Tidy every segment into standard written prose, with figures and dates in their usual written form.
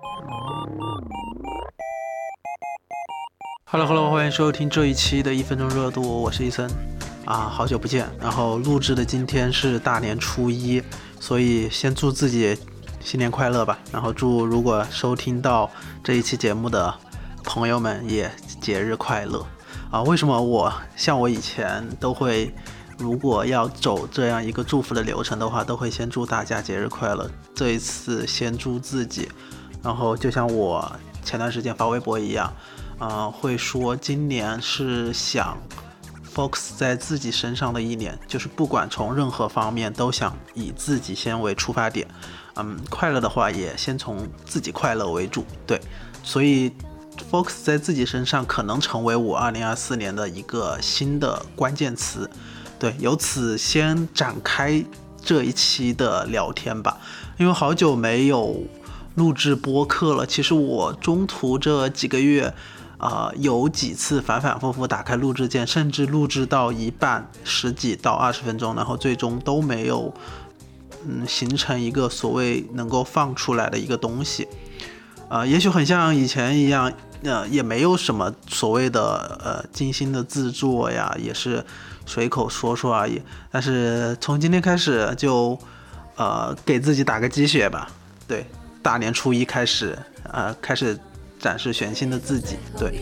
Hello， 欢迎收听这一期的1分钟热度，我是伊森好久不见。然后录制的今天是大年初一，所以先祝自己新年快乐吧。然后祝如果收听到这一期节目的朋友们也节日快乐为什么我以前都会，如果要走这样一个祝福的流程的话，都会先祝大家节日快乐。这一次先祝自己，然后就像我前段时间发微博一样。会说今年是想 focus 在自己身上的一年，就是不管从任何方面都想以自己先为出发点，快乐的话也先从自己快乐为主，对，所以 focus 在自己身上可能成为我2024年的一个新的关键词，对，由此先展开这一期的聊天吧，因为好久没有录制播客了，其实我中途这几个月有几次反反复复打开录制键，甚至录制到一半10几到20分钟，然后最终都没有形成一个所谓能够放出来的一个东西。也许很像以前一样，也没有什么所谓的精心的制作呀，也是随口说说而已。但是从今天开始就给自己打个鸡血吧，对，大年初一开始展示全新的自己，对。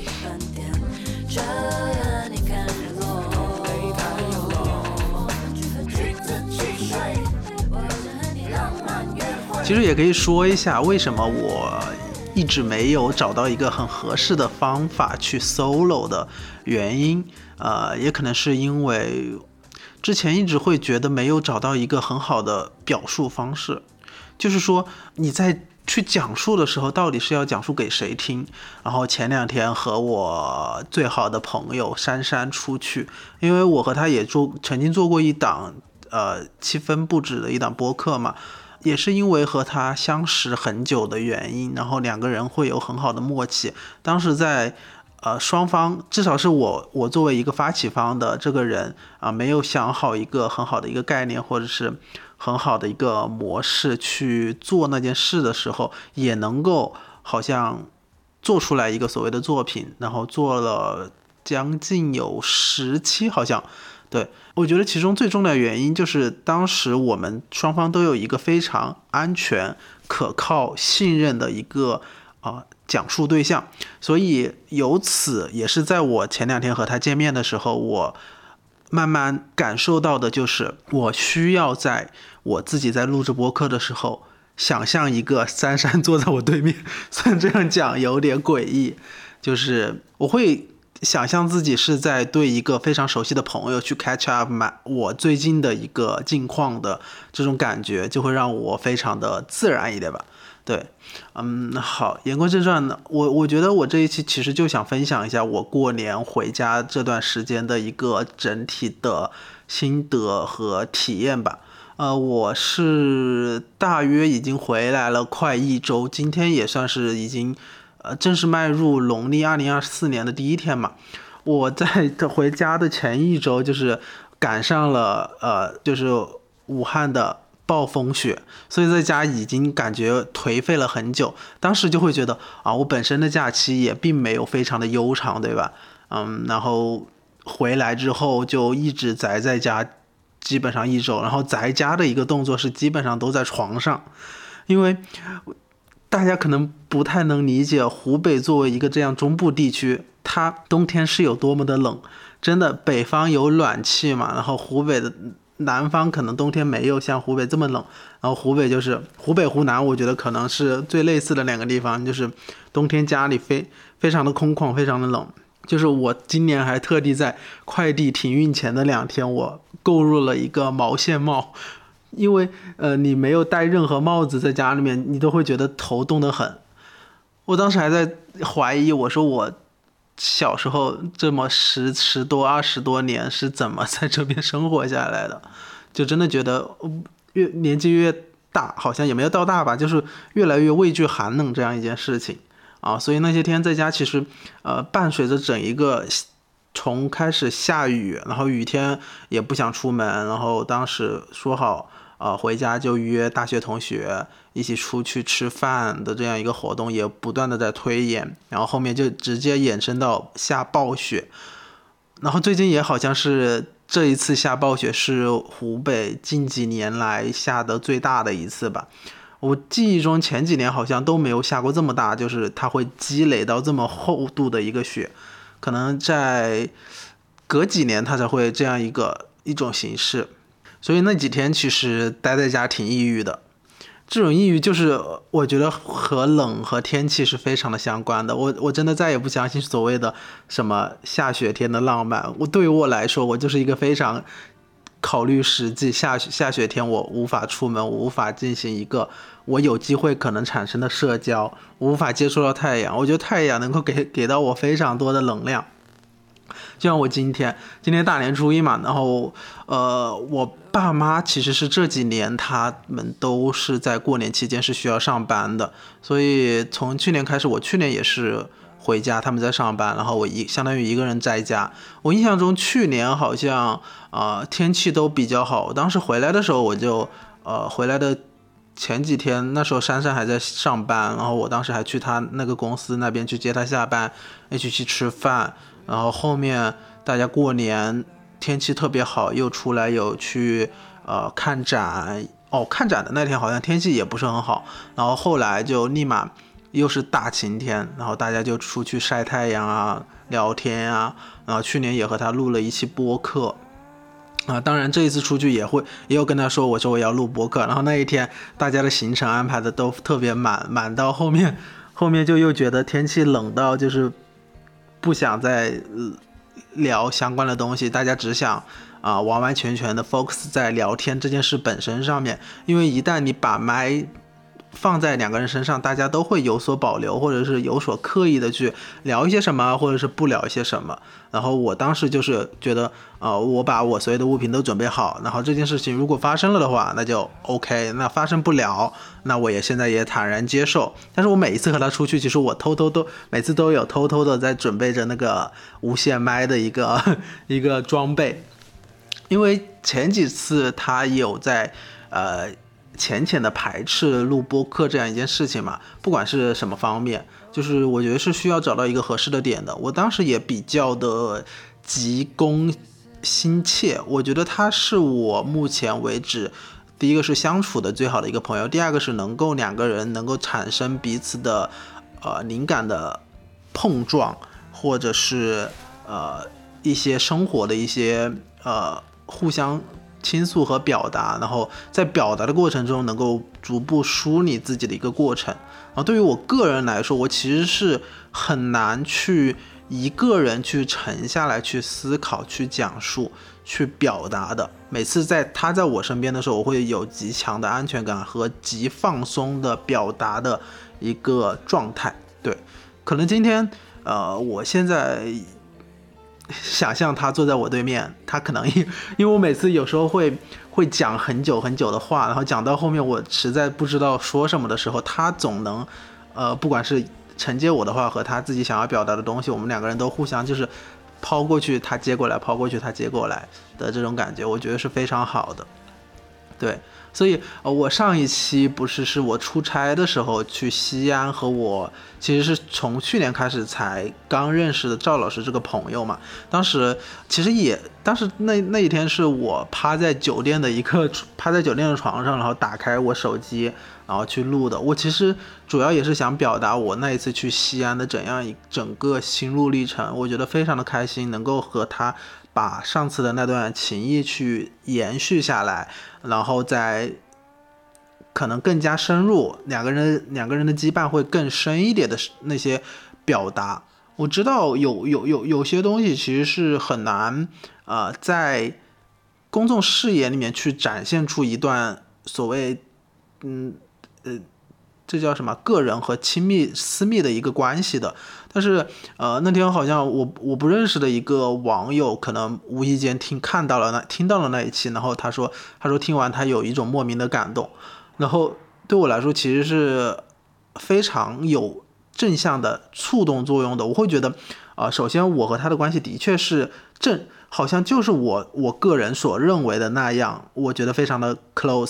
其实也可以说一下为什么我一直没有找到一个很合适的方法去 solo 的原因，也可能是因为之前一直会觉得没有找到一个很好的表述方式，就是说你在去讲述的时候到底是要讲述给谁听。然后前2天和我最好的朋友珊珊出去，因为我和他也曾经做过一档7分不止的一档播客嘛，也是因为和他相识很久的原因，然后2个人会有很好的默契。当时在双方，至少是我作为一个发起方的这个人没有想好一个很好的一个概念，或者是很好的一个模式去做那件事的时候，也能够好像做出来一个所谓的作品，然后做了将近有10期好像。对，我觉得其中最重要的原因就是当时我们双方都有一个非常安全、可靠、信任的一个讲述对象，所以由此也是在我前2天和他见面的时候，我慢慢感受到的就是我需要在我自己在录制播客的时候想象一个珊珊坐在我对面，虽然这样讲有点诡异，就是我会想象自己是在对一个非常熟悉的朋友去 catch up 我最近的一个近况的这种感觉，就会让我非常的自然一点吧。对，好，言归正传呢，我觉得我这一期其实就想分享一下我过年回家这段时间的一个整体的心得和体验吧。我是大约已经回来了快1周，今天也算是已经正式迈入农历2024年的第1天嘛。我在回家的前1周就是赶上了就是武汉的暴风雪，所以在家已经感觉颓废了很久。当时就会觉得我本身的假期也并没有非常的悠长，对吧？然后回来之后就一直宅在家，基本上1周。然后宅家的一个动作是基本上都在床上，因为大家可能不太能理解湖北作为一个这样中部地区，它冬天是有多么的冷。真的，北方有暖气嘛，然后湖北的南方可能冬天没有像湖北这么冷，然后湖北湖南，我觉得可能是最类似的2个地方，就是冬天家里非常的空旷，非常的冷。就是我今年还特地在快递停运前的2天，我购入了一个毛线帽，因为你没有戴任何帽子在家里面，你都会觉得头冻得很。我当时还在怀疑，我说我小时候这么10多20多年是怎么在这边生活下来的，就真的觉得年纪越大，好像也没有到大吧，就是越来越畏惧寒冷这样一件事情所以那些天在家其实伴随着整一个从开始下雨，然后雨天也不想出门，然后当时说好回家就约大学同学一起出去吃饭的这样一个活动也不断的在推演，然后后面就直接衍生到下暴雪，然后最近也好像是这一次下暴雪是湖北近几年来下的最大的一次吧。我记忆中前几年好像都没有下过这么大，就是它会积累到这么厚度的一个雪，可能在隔几年它才会这样一种形式。所以那几天其实待在家挺抑郁的，这种抑郁就是我觉得和冷和天气是非常的相关的。我真的再也不相信所谓的什么下雪天的浪漫。对于我来说，我就是一个非常考虑实际，下雪天我无法出门，我无法进行一个我有机会可能产生的社交，我无法接触到太阳。我觉得太阳能够给到我非常多的能量。就像我今天大年初一嘛，然后我爸妈其实是这几年他们都是在过年期间是需要上班的，所以从去年开始，我去年也是回家，他们在上班，然后我相当于一个人在家。我印象中去年好像天气都比较好，当时回来的时候我就回来的前几天，那时候珊珊还在上班，然后我当时还去他那个公司那边去接他下班，一起去吃饭。然后后面大家过年天气特别好，又出来有去看展。看展的那天好像天气也不是很好，然后后来就立马又是大晴天，然后大家就出去晒太阳啊，聊天啊。然后去年也和他录了一期播客当然这一次出去也有跟他说，我说我要录播客。然后那一天大家的行程安排的都特别满到后面就又觉得天气冷到就是不想再聊相关的东西，大家只想完完全全的 focus 在聊天这件事本身上面。因为一旦你把麦放在两个人身上，大家都会有所保留，或者是有所刻意的去聊一些什么，或者是不聊一些什么。然后我当时就是觉得我把我所有的物品都准备好，然后这件事情如果发生了的话那就 OK， 那发生不了，那我也现在也坦然接受。但是我每一次和他出去，其实我每次都有偷偷的在准备着那个无线麦的一个装备。因为前几次他有在浅浅的排斥录播客这样一件事情嘛，不管是什么方面，就是我觉得是需要找到一个合适的点的。我当时也比较的急功心切，我觉得他是我目前为止第一个是相处的最好的一个朋友，第二个是两个人能够产生彼此的灵感的碰撞，或者是一些生活的一些互相倾诉和表达，然后在表达的过程中能够逐步梳理自己的一个过程。然后对于我个人来说，我其实是很难去一个人去沉下来去思考、去讲述、去表达的。每次他在我身边的时候，我会有极强的安全感和极放松的表达的一个状态。对，可能今天我现在想象他坐在我对面，他可能因为我每次有时候会讲很久很久的话，然后讲到后面我实在不知道说什么的时候，他总能不管是承接我的话和他自己想要表达的东西，我们两个人都互相就是抛过去他接过来，抛过去他接过来的这种感觉，我觉得是非常好的。对，所以我上一期不是我出差的时候去西安，和我其实是从去年开始才刚认识的赵老师这个朋友嘛。当时那一天是我趴在酒店的床上，然后打开我手机，然后去录的。我其实主要也是想表达我那一次去西安的整个心路历程，我觉得非常的开心，能够和他把上次的那段情谊去延续下来，然后再可能更加深入，两个人的羁绊会更深一点的那些表达。我知道有些东西其实是很难在公众视野里面去展现出一段所谓这叫什么个人和私密的一个关系的。但是那天好像我不认识的一个网友可能无意间听到了那一期，然后他说听完他有一种莫名的感动，然后对我来说其实是非常有正向的触动作用的。我会觉得首先我和他的关系的确是好像就是我个人所认为的那样，我觉得非常的 close，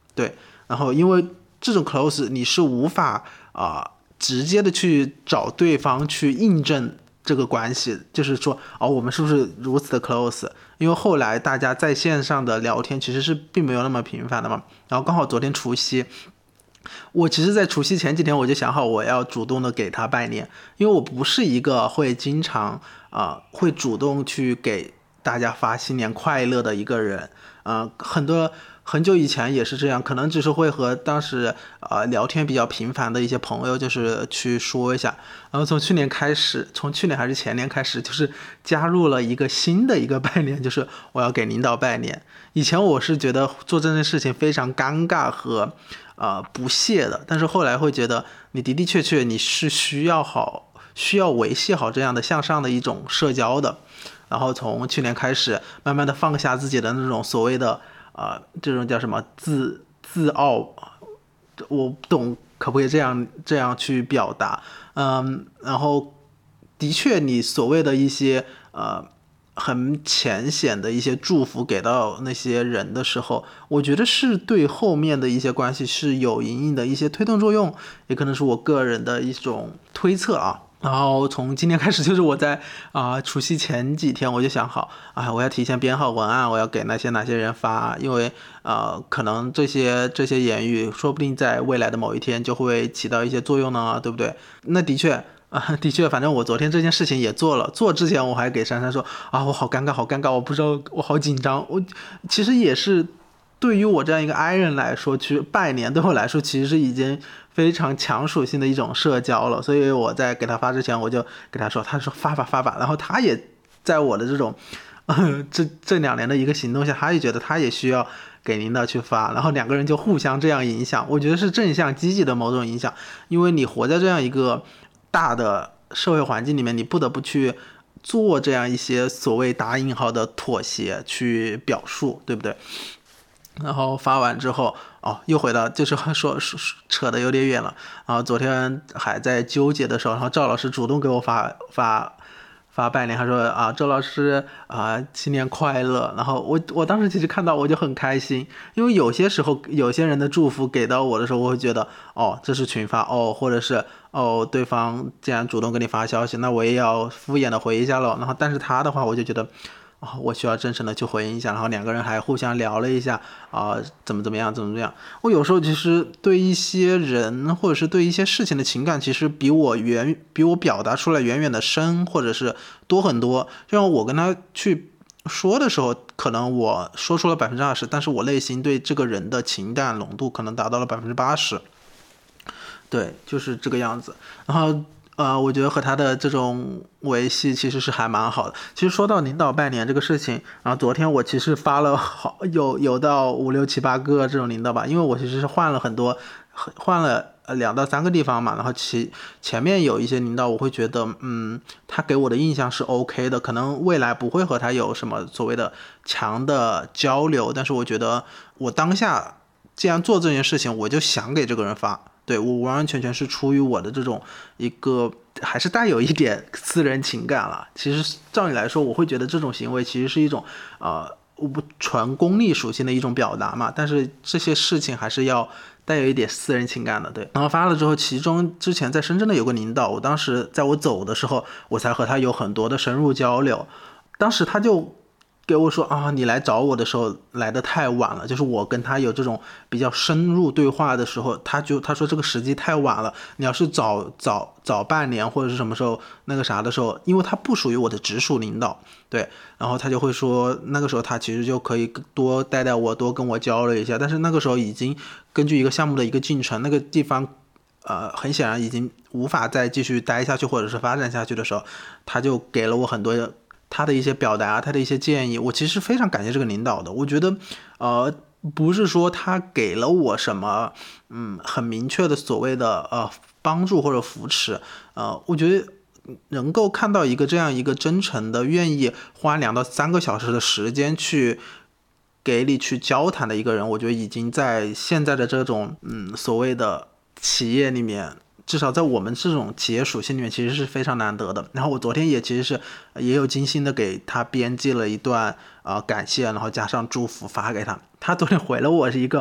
对，然后因为这种 close 你是无法直接的去找对方去印证这个关系，就是说我们是不是如此的 close？因为后来大家在线上的聊天其实是并没有那么频繁的嘛，然后刚好昨天除夕。我其实，在除夕前几天我就想好我要主动的给他拜年，因为我不是一个会经常会主动去给大家发新年快乐的一个人，很久以前也是这样，可能只是会和当时聊天比较频繁的一些朋友就是去说一下，然后从去年还是前年开始，就是加入了一个新的一个拜年，就是我要给领导拜年。以前我是觉得做这件事情非常尴尬和不屑的，但是后来会觉得你的确你是需要维系好这样的向上的一种社交的。然后从去年开始，慢慢的放下自己的那种所谓的这种叫什么自傲，我不懂可不可以这样去表达。然后的确你所谓的一些很浅显的一些祝福给到那些人的时候，我觉得是对后面的一些关系是有隐隐的一些推动作用，也可能是我个人的一种推测啊。然后从今天开始，就是我在除夕前几天我就想好我要提前编好文案，我要给哪些人发，因为可能这些言语说不定在未来的某一天就会起到一些作用呢，对不对？那的确，反正我昨天这件事情也做了，做之前我还给珊珊说我好尴尬，我不知道，我好紧张。我其实也是对于我这样一个 I 人来说，去拜年对我来说其实是已经非常强属性的一种社交了，所以我在给他发之前我就给他说，他说发吧，然后他也在我的这种这2年的一个行动下，他也觉得他也需要给领导去发，然后2个人就互相这样影响，我觉得是正向积极的某种影响，因为你活在这样一个大的社会环境里面，你不得不去做这样一些所谓打引号的妥协去表述，对不对？然后发完之后又回到就是说扯得有点远了，然后昨天还在纠结的时候，然后赵老师主动给我发拜年，他说周老师新年快乐。然后我当时其实看到我就很开心，因为有些时候有些人的祝福给到我的时候，我会觉得这是群发或者是对方既然主动给你发消息，那我也要敷衍的回一下了。然后但是他的话我就觉得我需要真诚的去回应一下，然后2个人还互相聊了一下怎么样。我有时候其实对一些人或者是对一些事情的情感，其实比我表达出来远远的深，或者是多很多。就像我跟他去说的时候，可能我说出了20%，但是我内心对这个人的情感浓度可能达到了80%。对，就是这个样子。然后我觉得和他的这种维系其实是还蛮好的。其实说到领导拜年这个事情，然后昨天我其实发了有到5、6、7、8个这种领导吧，因为我其实是换了2到3个地方嘛，然后前面有一些领导我会觉得他给我的印象是 OK 的，可能未来不会和他有什么所谓的强的交流，但是我觉得我当下既然做这件事情，我就想给这个人发。对，我完完全全是出于我的这种一个还是带有一点私人情感了。其实照理来说，我会觉得这种行为其实是一种纯功利属性的一种表达嘛，但是这些事情还是要带有一点私人情感的。对，然后发了之后，其中之前在深圳的有个领导，我当时在我走的时候，我才和他有很多的深入交流。当时他就给我说你来找我的时候来得太晚了，就是我跟他有这种比较深入对话的时候，他说这个时机太晚了，你要是早半年或者是什么时候那个啥的时候，因为他不属于我的直属领导，对，然后他就会说那个时候他其实就可以多带我，多跟我交流一下，但是那个时候已经根据一个项目的一个进程，那个地方很显然已经无法再继续待下去或者是发展下去的时候，他就给了我很多他的一些表达，他的一些建议，我其实非常感谢这个领导的。我觉得不是说他给了我什么很明确的所谓的帮助或者扶持，我觉得能够看到这样一个真诚的愿意花2到3个小时的时间去给你去交谈的一个人，我觉得已经在现在的这种所谓的企业里面，至少在我们这种企业属性里面其实是非常难得的。然后我昨天其实是也有精心的给他编辑了一段感谢，然后加上祝福发给他。他昨天回了我是一个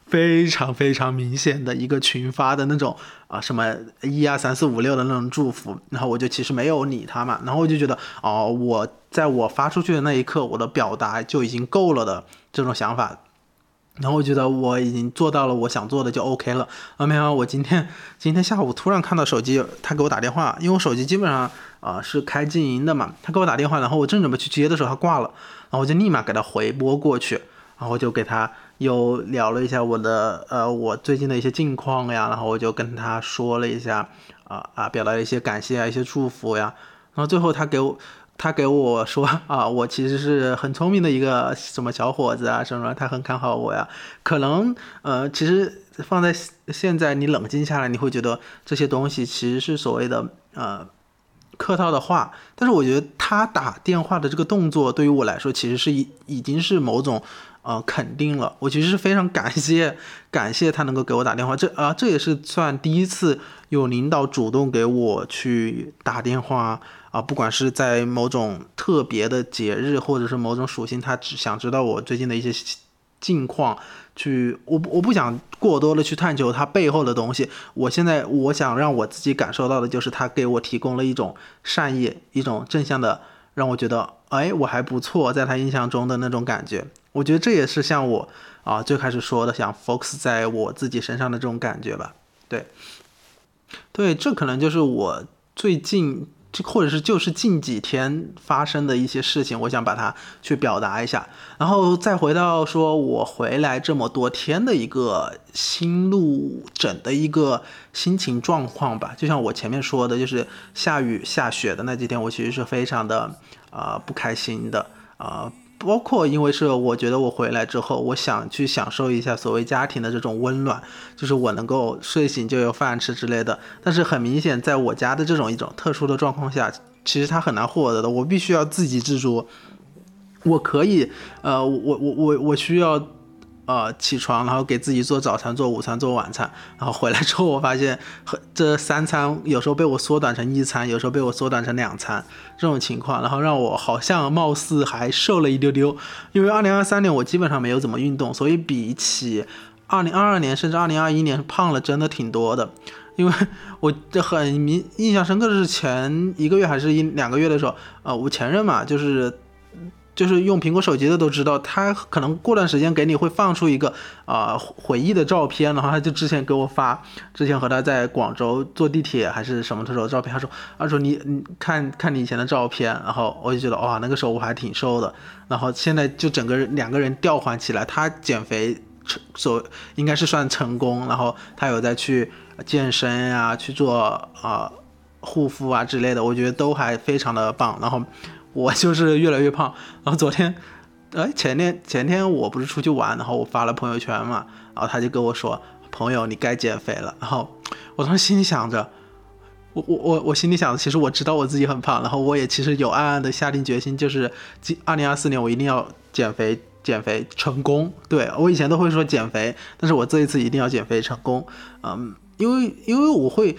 非常非常明显的一个群发的那种什么1、2、3、4、5、6的那种祝福，然后我就其实没有理他嘛，然后我就觉得我在我发出去的那一刻，我的表达就已经够了的这种想法。然后我觉得我已经做到了我想做的就 OK 了。没想到我今天下午突然看到手机，他给我打电话，因为我手机基本上是开静音的嘛，他给我打电话，然后我正准备去接的时候他挂了，然后我就立马给他回拨过去，然后我就给他又聊了一下我最近的一些近况呀，然后我就跟他说了一下表达了一些感谢一些祝福呀，然后最后他给我说我其实是很聪明的一个什么小伙子啊什么，他很看好我呀。可能其实放在现在你冷静下来，你会觉得这些东西其实是所谓的客套的话，但是我觉得他打电话的这个动作对于我来说其实是已经是某种肯定了。我其实是非常感谢他能够给我打电话，这也是算第一次有领导主动给我去打电话不管是在某种特别的节日或者是某种属性，他只想知道我最近的一些近况，我不想过多的去探究他背后的东西。我想让我自己感受到的就是他给我提供了一种善意，一种正向的，让我觉得我还不错，在他印象中的那种感觉。我觉得这也是像我最开始说的想 focus 在我自己身上的这种感觉吧。对，这可能就是我最近或者是就是近几天发生的一些事情，我想把它去表达一下。然后再回到说我回来这么多天的一个心路整的一个心情状况吧。就像我前面说的，就是下雨下雪的那几天，我其实是非常的不开心的包括因为是我觉得我回来之后，我想去享受一下所谓家庭的这种温暖，就是我能够睡醒就有饭吃之类的。但是很明显，在我家的这种一种特殊的状况下，其实它很难获得的。我必须要自给自足。我可以我需要起床，然后给自己做早餐、做午餐、做晚餐，然后回来之后，我发现这3餐有时候被我缩短成1餐，有时候被我缩短成2餐这种情况，然后让我好像貌似还瘦了一丢丢。因为2023年我基本上没有怎么运动，所以比起2022年甚至2021年胖了真的挺多的。因为我很印象深刻的是前1个月还是2个月的时候，我前任嘛，就是用苹果手机的都知道，他可能过段时间给你会放出一个回忆的照片，然后他就之前给我发之前和他在广州坐地铁还是什么的时候的照片，他说你看你以前的照片，然后我就觉得那个时候我还挺瘦的，然后现在就整个2个人调换起来，他减肥应该是算成功，然后他有在去健身啊，去做护肤啊之类的，我觉得都还非常的棒。然后我就是越来越胖，然后昨天前天我不是出去玩，然后我发了朋友圈嘛，然后他就跟我说，朋友你该减肥了。然后我当时心里想着，我心里想的，其实我知道我自己很胖，然后我也其实有暗暗的下定决心，就是2024年我一定要减肥成功。对，我以前都会说减肥，但是我这一次一定要减肥成功。因为我会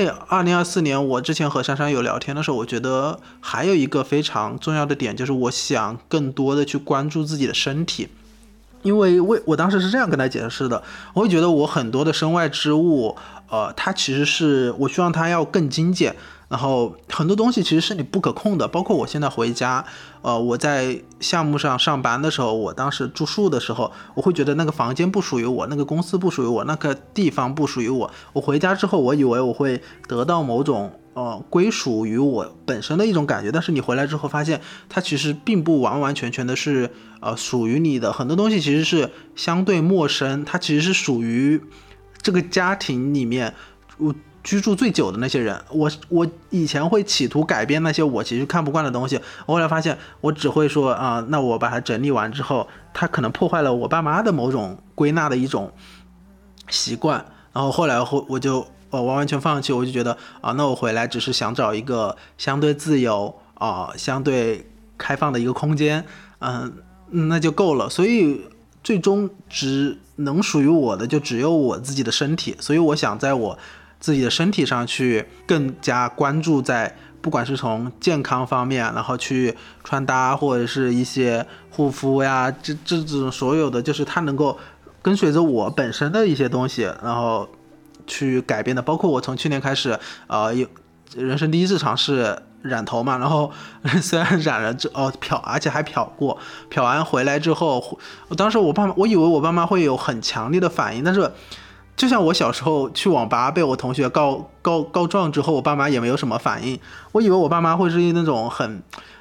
2024年我之前和珊珊有聊天的时候，我觉得还有一个非常重要的点，就是我想更多的去关注自己的身体。因为我当时是这样跟他解释的，我会觉得我很多的身外之物它其实是我希望它要更精简，然后很多东西其实是你不可控的，包括我现在回家我在项目上上班的时候，我当时住宿的时候，我会觉得那个房间不属于我，那个公司不属于我，那个地方不属于我。我回家之后，我以为我会得到某种归属于我本身的一种感觉，但是你回来之后发现，它其实并不完完全全的是属于你的，很多东西其实是相对陌生，它其实是属于这个家庭里面我居住最久的那些人。我以前会企图改变那些我其实看不惯的东西，我后来发现我只会说那我把它整理完之后，它可能破坏了我爸妈的某种归纳的一种习惯，然后后来我就完完全放弃，我就觉得那我回来只是想找一个相对自由相对开放的一个空间，那就够了。所以最终只能属于我的就只有我自己的身体，所以我想在我自己的身体上去更加关注，在不管是从健康方面，然后去穿搭或者是一些护肤呀，这种所有的，就是它能够跟随着我本身的一些东西，然后去改变的。包括我从去年开始，有人生第一次尝试染头嘛，然后虽然染了漂，而且还漂过，漂完回来之后，当时我以为我爸妈会有很强烈的反应，但是就像我小时候去网吧被我同学告状之后，我爸妈也没有什么反应。我以为我爸妈会是那种很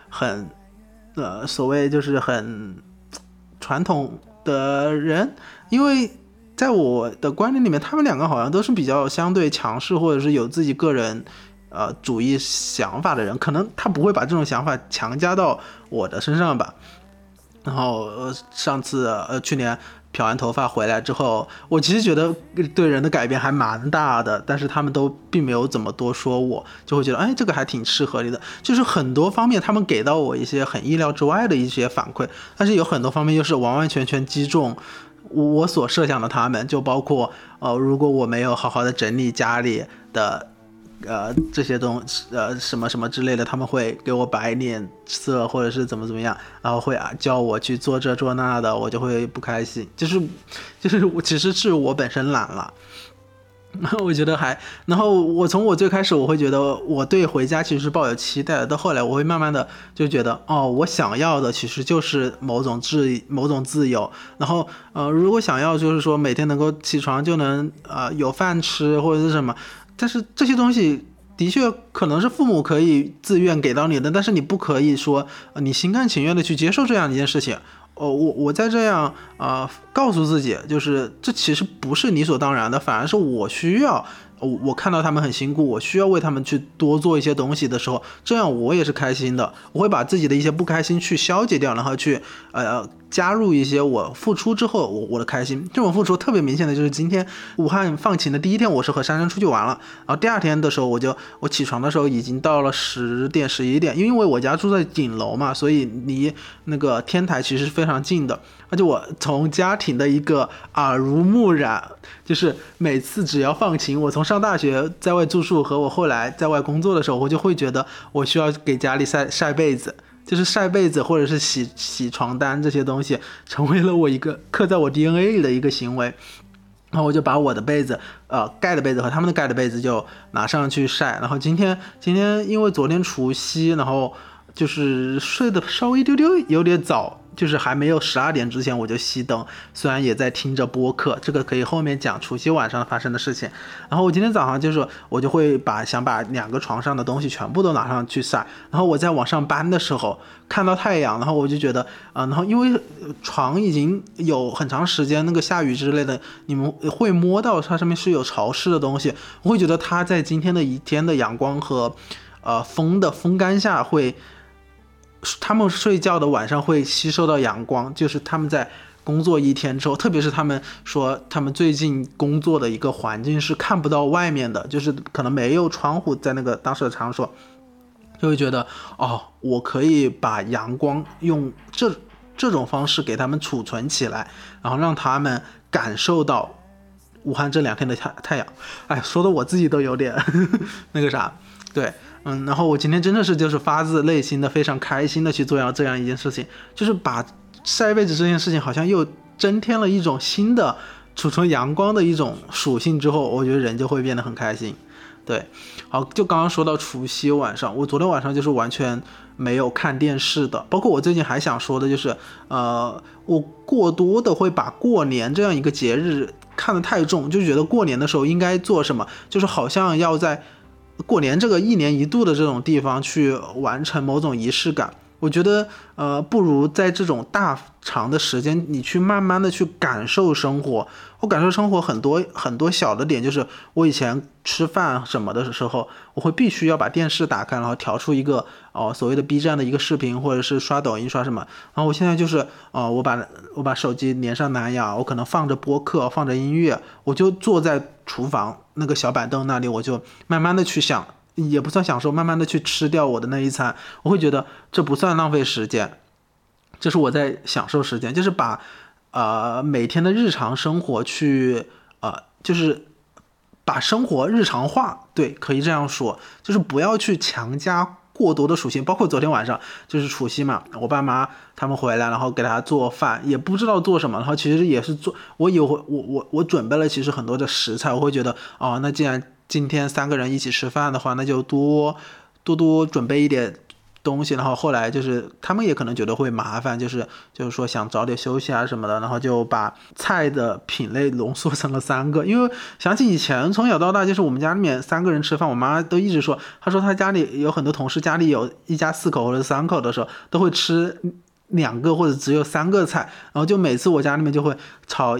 所谓就是很传统的人，因为在我的观念里面，他们两个好像都是比较相对强势，或者是有自己个人主义想法的人，可能他不会把这种想法强加到我的身上吧。然后上次去年漂完头发回来之后，我其实觉得对人的改变还蛮大的，但是他们都并没有怎么多说我，就会觉得哎，这个还挺适合你的。就是很多方面他们给到我一些很意料之外的一些反馈，但是有很多方面又是完完全全击中我所设想的他们，就包括如果我没有好好的整理家里的这些什么什么之类的，他们会给我摆脸色，或者是怎么样，然后会叫我去做这做那的，我就会不开心。就是其实是我本身懒了。我觉得然后从我最开始我会觉得我对回家其实是抱有期待的，到后来我会慢慢的就觉得我想要的其实就是某种自由，然后如果想要就是说每天能够起床就能有饭吃或者是什么，但是这些东西的确可能是父母可以自愿给到你的，但是你不可以说你心甘情愿的去接受这样一件事情。我在这样告诉自己，就是这其实不是理所当然的，反而是我需要。我看到他们很辛苦，我需要为他们去多做一些东西的时候，这样我也是开心的。我会把自己的一些不开心去消解掉，然后去加入一些我付出之后我的开心。这种付出特别明显的就是今天武汉放晴的第一天，我是和珊珊出去玩了，然后第二天的时候我起床的时候已经到了10点11点，因为我家住在顶楼嘛，所以离那个天台其实是非常近的。而且我从家庭的一个耳濡目染，就是每次只要放晴，我从上大学在外住宿和我后来在外工作的时候，我就会觉得我需要给家里晒被子，就是晒被子或者是洗床单，这些东西成为了我一个刻在我 DNA 里的一个行为。然后我就把我的被子盖的被子和他们的盖的被子就拿上去晒。然后今天因为昨天除夕，然后就是睡得稍微有点早，就是还没有12点之前我就熄灯，虽然也在听着播客，这个可以后面讲除夕晚上发生的事情。然后我今天早上我就会想把2个床上的东西全部都拿上去晒，然后我在往上搬的时候看到太阳，然后我就觉得然后因为床已经有很长时间那个下雨之类的，你们会摸到它上面是有潮湿的东西，我会觉得它在今天的一天的阳光和风的风干下他们睡觉的晚上会吸收到阳光，就是他们在工作一天之后，特别是他们说他们最近工作的一个环境是看不到外面的，就是可能没有窗户，在那个当时的场所，就会觉得我可以把阳光用这种方式给他们储存起来，然后让他们感受到武汉这2天的太阳。哎，说的我自己都有点那个啥，对。然后我今天真的是就是发自内心的非常开心的去做这样一件事情，就是把晒被子这件事情好像又增添了一种新的储存阳光的一种属性之后，我觉得人就会变得很开心。对，好，就刚刚说到除夕晚上，我昨天晚上就是完全没有看电视的，包括我最近还想说的就是我过多的会把过年这样一个节日看得太重，就觉得过年的时候应该做什么，就是好像要在过年这个1年1度的这种地方去完成某种仪式感。我觉得不如在这种大长的时间你去慢慢的去感受生活。我感受生活很多小的点，就是我以前吃饭什么的时候，我会必须要把电视打开，然后调出一个所谓的 B 站的一个视频，或者是刷抖音刷什么。然后我现在就是我把手机连上蓝牙，我可能放着播客放着音乐，我就坐在厨房那个小板凳那里，我就慢慢的去想，也不算享受，慢慢的去吃掉我的那一餐。我会觉得这不算浪费时间，这是我在享受时间，就是把每天的日常生活去就是把生活日常化，对，可以这样说，就是不要去强加过多的属性，包括昨天晚上就是除夕嘛，我爸妈他们回来，然后给他做饭，也不知道做什么，然后其实也是做，我准备了其实很多的食材，我会觉得哦，那既然今天3个人一起吃饭的话，那就多准备一点东西，然后后来就是他们也可能觉得会麻烦，就是说想早点休息啊什么的，然后就把菜的品类浓缩成了3个。因为想起以前从小到大，就是我们家里面3个人吃饭，我妈都一直说，她说她家里有很多同事家里有一家4口或者3口的时候，都会吃2个或者只有3个菜，然后就每次我家里面就会炒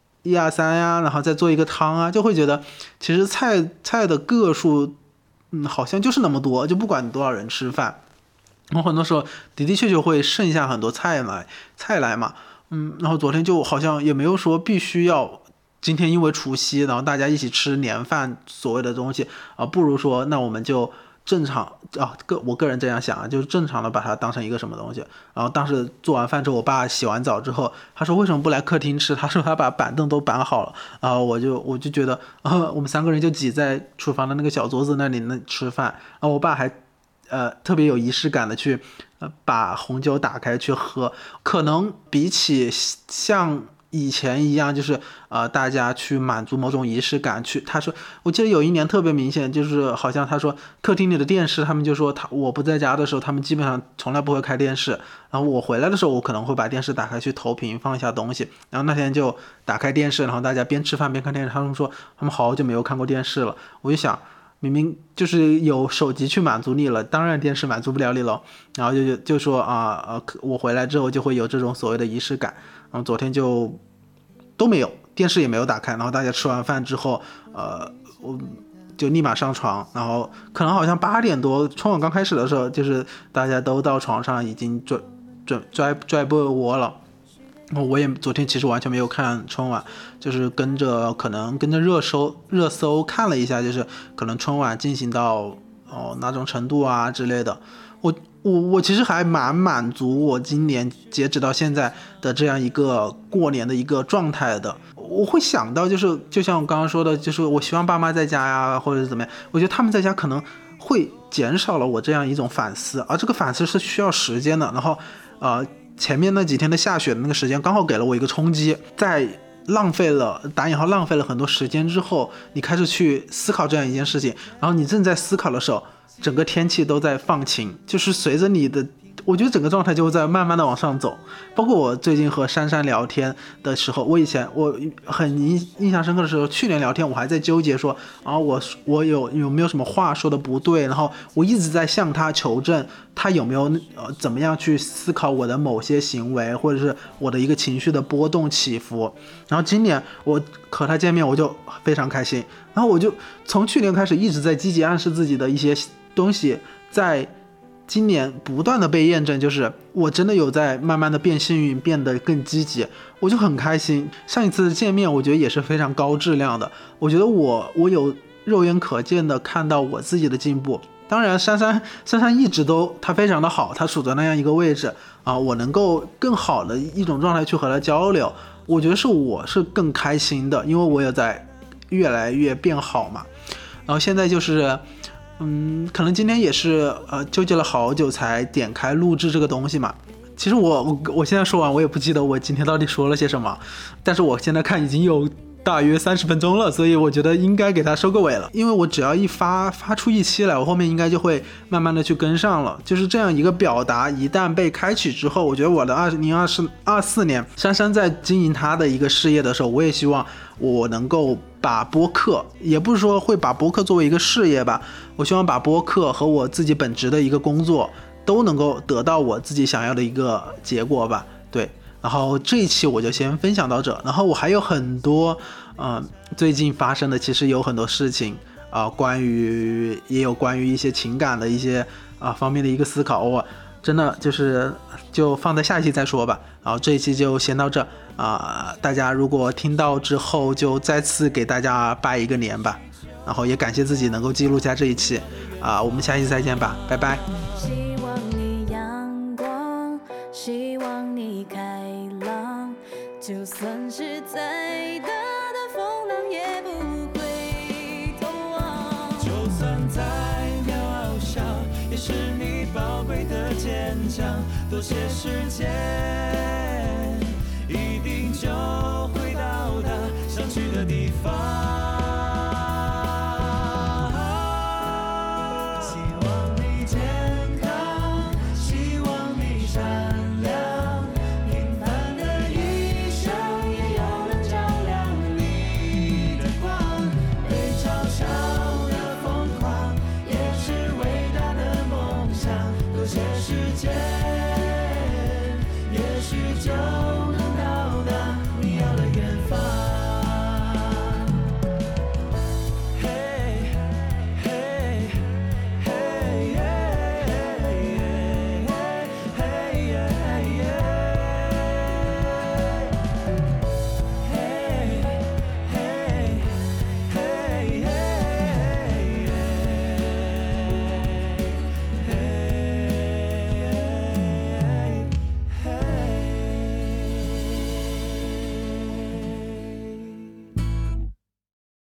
1、2、3呀，然后再做一个汤啊，就会觉得其实菜的个数好像就是那么多，就不管多少人吃饭。然后很多时候的确会剩下很多菜来嘛，然后昨天就好像也没有说必须要今天因为除夕，然后大家一起吃年饭所谓的东西啊，不如说那我们就正常我个人这样想啊，就是正常的把它当成一个什么东西。然后当时做完饭之后，我爸洗完澡之后，他说为什么不来客厅吃？他说他把板凳都搬好了。然后我就觉得我们3个人就挤在厨房的那个小桌子那里吃饭。然后我爸还特别有仪式感的去把红酒打开去喝，可能比起像以前一样，就是大家去满足某种仪式感去。他说，我记得有一年特别明显，就是好像他说客厅里的电视，他们就说我不在家的时候，他们基本上从来不会开电视。然后我回来的时候，我可能会把电视打开去投屏放一下东西。然后那天就打开电视，然后大家边吃饭边看电视。他们说他们好久没有看过电视了。我就想，明明就是有手机去满足你了，当然电视满足不了你了。然后就说我回来之后就会有这种所谓的仪式感。然后昨天就都没有，电视也没有打开。然后大家吃完饭之后，我就立马上床。然后可能好像8点多，春晚刚开始的时候，就是大家都到床上已经拽被窝了。我也昨天其实完全没有看春晚，就是可能跟着热搜看了一下，就是可能春晚进行到哪种程度啊之类的。我其实还蛮满足我今年截止到现在的这样一个过年的一个状态的。我会想到就像我刚刚说的，就是我希望爸妈在家呀，或者是怎么样，我觉得他们在家可能会减少了我这样一种反思，而这个反思是需要时间的。然后前面那几天的下雪的那个时间刚好给了我一个冲击，在打引号浪费了很多时间之后，你开始去思考这样一件事情，然后你正在思考的时候，整个天气都在放晴，就是随着你的，我觉得整个状态就在慢慢的往上走。包括我最近和珊珊聊天的时候，我很印象深刻的时候，去年聊天我还在纠结说我有没有什么话说的不对，然后我一直在向他求证他有没有怎么样去思考我的某些行为，或者是我的一个情绪的波动起伏。然后今年我和他见面，我就非常开心。然后我就从去年开始一直在积极暗示自己的一些东西，在今年不断的被验证，就是我真的有在慢慢的变幸运，变得更积极，我就很开心。上一次见面我觉得也是非常高质量的，我觉得我有肉眼可见的看到我自己的进步。当然珊珊一直都她非常的好，她处在那样一个位置我能够更好的一种状态去和她交流，我觉得我是更开心的，因为我有在越来越变好嘛。然后现在就是可能今天也是纠结了好久才点开录制这个东西嘛。其实我现在说完我也不记得我今天到底说了些什么，但是我现在看已经有大约30分钟了，所以我觉得应该给它收个尾了。因为我只要一发出一期来，我后面应该就会慢慢的去跟上了。就是这样一个表达一旦被开启之后，我觉得我的2024年珊珊在经营她的一个事业的时候，我也希望我能够把播客，也不是说会把播客作为一个事业吧，我希望把播客和我自己本职的一个工作都能够得到我自己想要的一个结果吧。对，然后这一期我就先分享到这。然后我还有很多最近发生的其实有很多事情也有关于一些情感的一些方面的一个思考，我真的就放在下一期再说吧。然后这一期就先到这大家如果听到之后就再次给大家拜一个年吧，然后也感谢自己能够记录下这一期我们下一期再见吧，拜拜。 希望你阳光，希望你开朗，就算是再大的风浪也不会逃亡，就算再渺小也是你坚强，多些时间，一定就会到达想去的地方。